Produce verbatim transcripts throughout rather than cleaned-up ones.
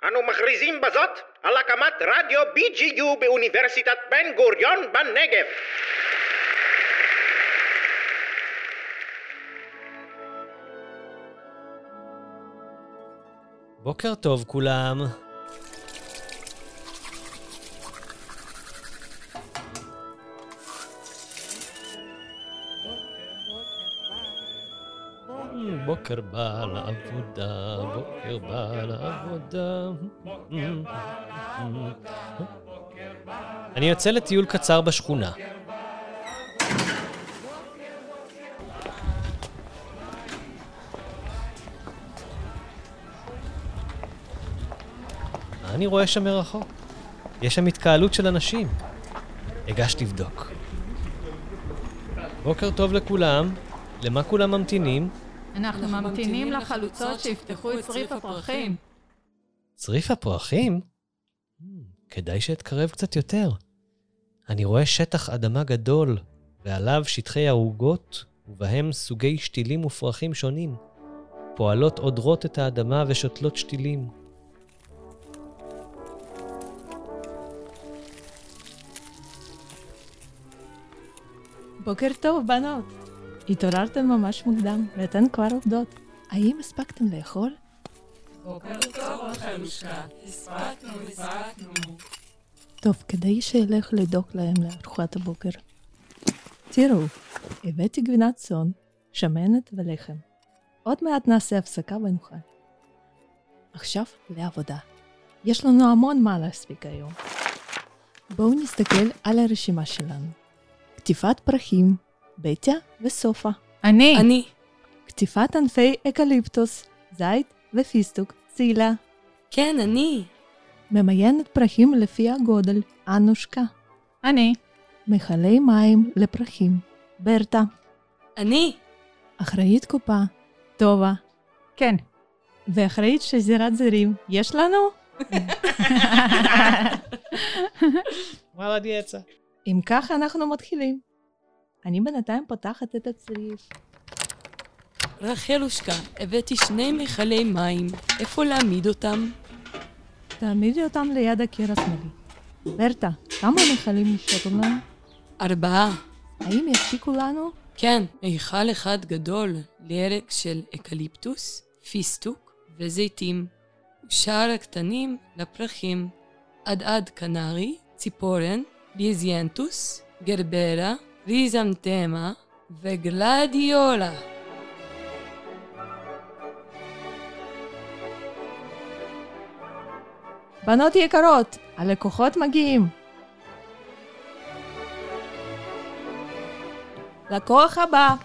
אנו מכריזים בזאת על הקמת רדיו בי ג'י יו באוניברסיטת בן גוריון בנגב. בוקר טוב כולם. בוקר בא לעבודה, בוקר בא לעבודה. אני יוצא לטיול קצר בשכונה. מה אני רואה שם מרחוק? יש שם התקהלות של אנשים. הגש לבדוק. בוקר טוב לכולם. למה כולם ממתינים? אנחנו ממתינים לחלוצות שיפתחו את צריף הפרחים. צריף הפרחים? כדאי שאתקרב קצת יותר. אני רואה שטח אדמה גדול, ועליו שטחי ערוגות, ובהם סוגי שתילים ופרחים שונים. פועלות עודרות את האדמה ושותלות שתילים. בוקר טוב, בנות. התעוררתם ממש מוקדם, ואתן כבר עובדות. האם הספקתם לאכול? בוקר טוב, חלושקה. הספקנו, הספקנו. טוב, כדי שילך לדאוג להם לארוחת הבוקר. תראו, הבאתי גבינת צאן, שמנת ולחם. עוד מעט נעשה הפסקה ונאכל. עכשיו לעבודה. יש לנו המון מה להספיק היום. בואו נסתכל על הרשימה שלנו. קטיפת פרחים, בתיה וסופה. אני. אני. קטיפת ענפי אקליפטוס, זית ופיסטוק, צילה. כן, אני. ממיינת פרחים לפי הגודל, אנושקה. אני. מכלי מים לפרחים, ברטה. אני. אחראית קופה, טובה. כן. ואחראית שזירת זרים, יש לנו? וואלה, אני יצא. אם כך אנחנו מתחילים. אני בינתיים פותחת את הצריף. רחלושקה, הבאתי שני מכלי מים. איפה להעמיד אותם? תעמידי אותם ליד הקיר השמאלי. ברטה, כמה מכלים נשארו לנו? ארבעה. האם יספיקו לנו? כן, מיכל אחד גדול לירק של אקליפטוס, פיסטוק וזיתים. ושאר הקטנים לפרחים. עד-עד קנרי, ציפורן, ליזיינטוס, גרברה, ריזמטמה וגלדיולה. בנות יקרות, הלקוחות מגיעים. לקוח הבא.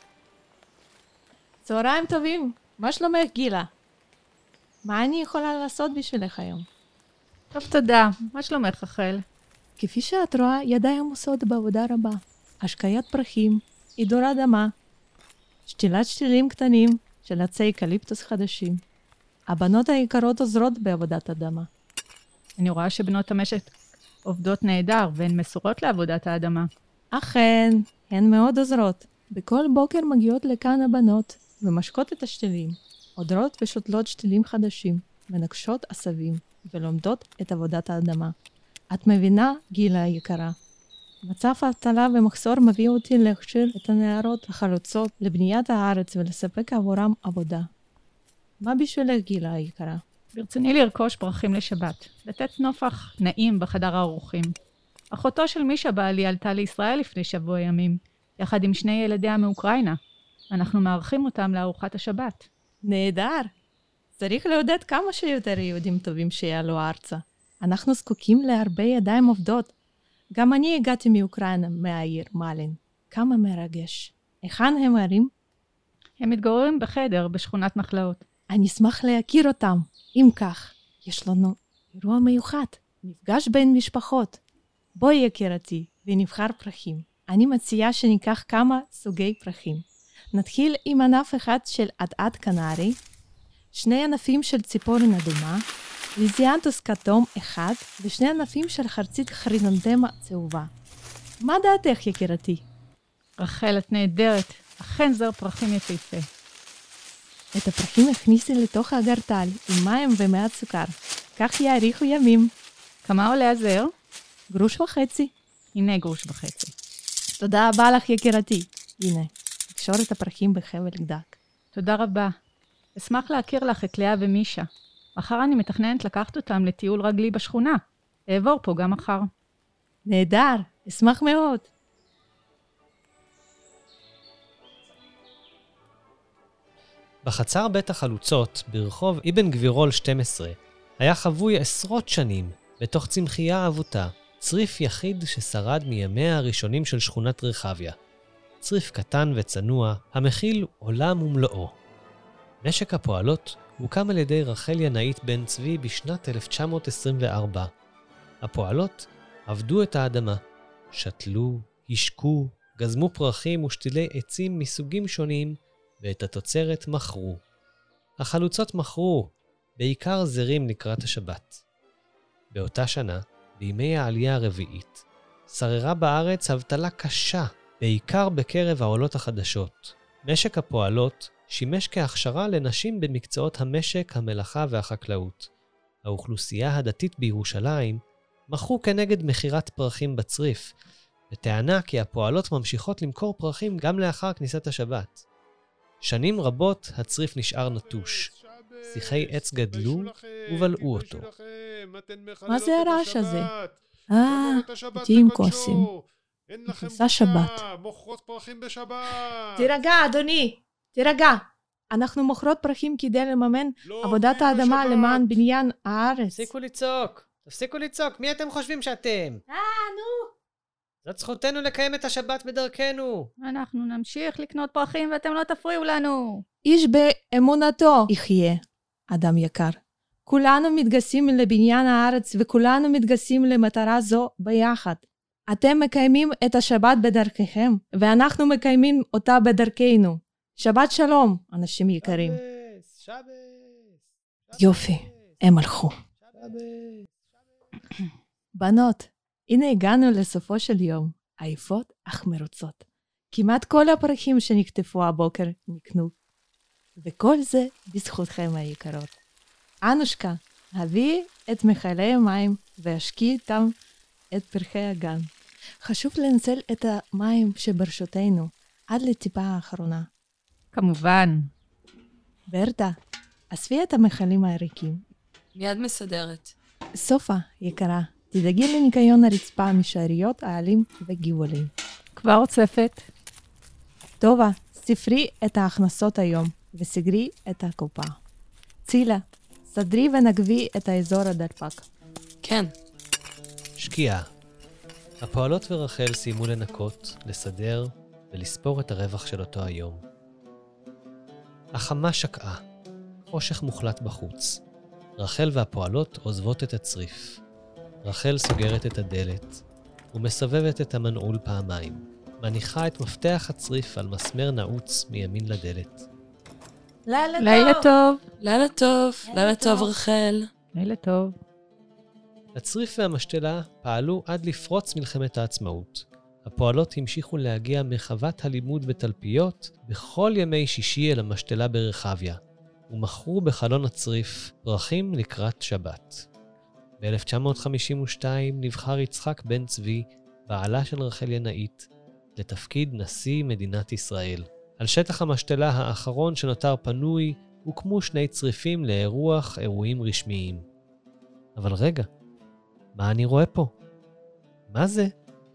צהריים טובים, מה שלומך גילה? מה אני יכולה לעשות בשבילך היום? טוב, תודה. מה שלומך, רחל? כפי שאת רואה, ידיי עמוסות בעבודה רבה. השקיית פרחים, עידור אדמה, שתילת שתילים קטנים של עצי אקליפטוס חדשים. הבנות היקרות עוזרות בעבודת אדמה. אני רואה שבנות המשק עובדות נהדר והן מסורות לעבודת האדמה. אכן, הן מאוד עוזרות. בכל בוקר מגיעות לכאן הבנות ומשקות את השתילים, עודרות ושותלות שתילים חדשים, מנקשות עשבים ולומדות את עבודת האדמה. את מבינה, גילה היקרה? מצב האבטלה ומחסור מביא אותי להכשיר את הנערות החלוצות לבניית הארץ ולספק עבורם עבודה. מה בשבילך, גילה היקרה? ברצוני לרכוש פרחים לשבת, לתת נופח נעים בחדר האורחים. אחותו של מישה בעלי עלתה לישראל לפני שבוע ימים, יחד עם שני ילדיה מאוקראינה. אנחנו מארחים אותם לארוחת השבת. נהדר! צריך לעודד כמה שיותר יהודים טובים שיעלו ארצה. אנחנו זקוקים להרבה ידיים עובדות. גם אני הגעתי מאוקראינה, מהעיר מלין. כמה מרגש. היכן הם ערים? הם מתגוררים בחדר בשכונת נחלאות. אני אשמח להכיר אותם. אם כך, יש לנו אירוע מיוחד, מפגש בין משפחות. בואי יקירתי ונבחר פרחים. אני מציעה שניקח כמה סוגי פרחים. נתחיל עם ענף אחד של עד-עד קנרי, שני ענפים של ציפורן אדומה, ליזיאנטוס כתום אחד ושני ענפים של חרצית כריזנתמה צהובה. מה דעתך, יקירתי? רחל, את נהדרת. אכן זר פרחים יפהפה. את הפרחים הכניסי לתוך האגרטל עם מים ומעט סוכר. כך יאריכו ימים. כמה עולה הזר? גרוש וחצי. הנה גרוש וחצי. תודה רבה לך, יקירתי. הנה, תקשור את הפרחים בחבל דק. תודה רבה. אשמח להכיר לך את לאה ומישה. מחר אני מתכננת לקחת אותם לטיול רגלי בשכונה. אעבור פה גם מחר. נהדר, אשמח מאוד. בחצר בית החלוצות, ברחוב אבן גבירול שתים עשרה, היה חבוי עשרות שנים, בתוך צמחייה אבותה, צריף יחיד ששרד מימיה הראשונים של שכונת רחביה. צריף קטן וצנוע, המכיל עולם ומלואו. משק הפועלות הוקם על ידי רחל ינאית בן צבי בשנת אלף תשע מאות עשרים וארבע. הפועלות עבדו את האדמה, שתלו, השקו, גזמו פרחים ושתילי עצים מסוגים שונים, ואת התוצרת מכרו. החלוצות מכרו, בעיקר זרים לקראת השבת. באותה שנה, בימי העלייה הרביעית, שררה בארץ אבטלה קשה, בעיקר בקרב העולות החדשות. משק הפועלות שימש כהכשרה לנשים במקצועות המשק, המלאכה והחקלאות. האוכלוסייה הדתית בירושלים מכרו כנגד מחירת פרחים בצריף, בטענה כי הפועלות ממשיכות למכור פרחים גם לאחר כניסת השבת. שנים רבות הצריף נשאר נטוש. שיחי עץ גדלו ובלעו אותו. מה זה הרעש הזה? אה, איתי עם כוסים. נכנסה שבת. תירגע, אדוני, תירגע. אנחנו מוכרות פרחים כדי לממן עבודת האדמה למען בניין הארץ. תפסיקו לצעוק, תפסיקו לצעוק, מי אתם חושבים שאתם? אה, נו. זאת זכותנו לקיים את השבת בדרכנו. אנחנו נמשיך לקנות פרחים ואתם לא תפריעו לנו. איש באמונתו יחיה, אדם יקר. כולנו מתגייסים לבניין הארץ וכולנו מתגייסים למטרה זו ביחד. אתם מקיימים את השבת בדרככם, ואנחנו מקיימים אותה בדרכנו. שבת שלום, אנשים יקרים. שבס, שבס. יופי, הם הלכו. בנות, הנה הגענו לסופו של יום, עייפות אך מרוצות. כמעט כל הפרחים שנכתפו הבוקר נקנו. וכל זה בזכותכם היקרות. אנושקה, הביא את מכלי המים והשקי איתם את פרחי הגן. חשוב לנצל את המים שברשותנו עד לטיפה האחרונה. כמובן. ברטה, אספי את המכלים הריקים. מיד מסדרת. סופה, יקרה, תדאגי לניקיון הרצפה משאריות, העלים וגיבולים. כבר אוספת. טובה, ספרי את ההכנסות היום וסגרי את הקופה. צילה, סדרי ונגבי את האזור הדלפק. כן. שקיעה. הפועלות ורחל סיימו לנקות, לסדר ולספור את הרווח של אותו היום. החמה שקעה, חושך מוחלט בחוץ. רחל והפועלות עוזבות את הצריף. רחל סוגרת את הדלת ומסובבת את המנעול פעמיים. מניחה את מפתח הצריף על מסמר נעוץ מימין לדלת. לילה טוב. לילה טוב. לילה טוב. לילה טוב, רחל. לילה טוב. הצריף והמשתלה פעלו עד לפרוץ מלחמת העצמאות. הפועלות המשיכו להגיע מחוות הלימוד בתלפיות בכל ימי שישי אל המשתלה ברחביה, ומכרו בחלון הצריף פרחים לקראת שבת. ב-אלף תשע מאות חמישים ושתיים נבחר יצחק בן צבי, בעלה של רחל ינאית, לתפקיד נשיא מדינת ישראל. על שטח המשתלה האחרון שנותר פנוי, הוקמו שני צריפים לאירוח אירועים רשמיים. אבל רגע, מה אני רואה פה? מה זה?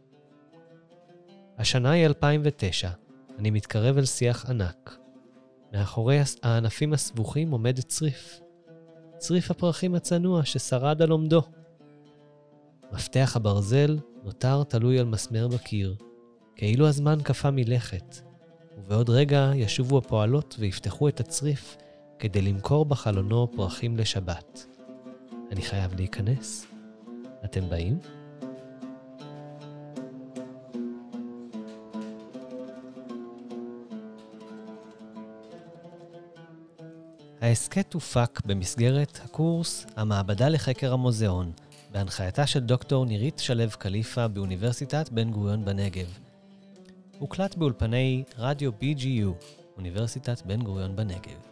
השנה היא אלפיים ותשע, אני מתקרב אל שיח ענק. מאחורי הענפים הסבוכים עומד צריף. צריף הפרחים הצנוע ששרד על עומדו. מפתח הברזל נותר תלוי על מסמר בקיר, כאילו הזמן קפא מלכת, ובעוד רגע ישובו הפועלות ויפתחו את הצריף כדי למכור בחלונו פרחים לשבת. אני חייב להיכנס. אתם באים? ההסקט הופק במסגרת הקורס המעבדה לחקר המוזיאון, בהנחייתה של דוקטור נירית שלב קליפה באוניברסיטת בן גוריון בנגב. הוקלט באולפני רדיו בי ג'י יו, אוניברסיטת בן גוריון בנגב.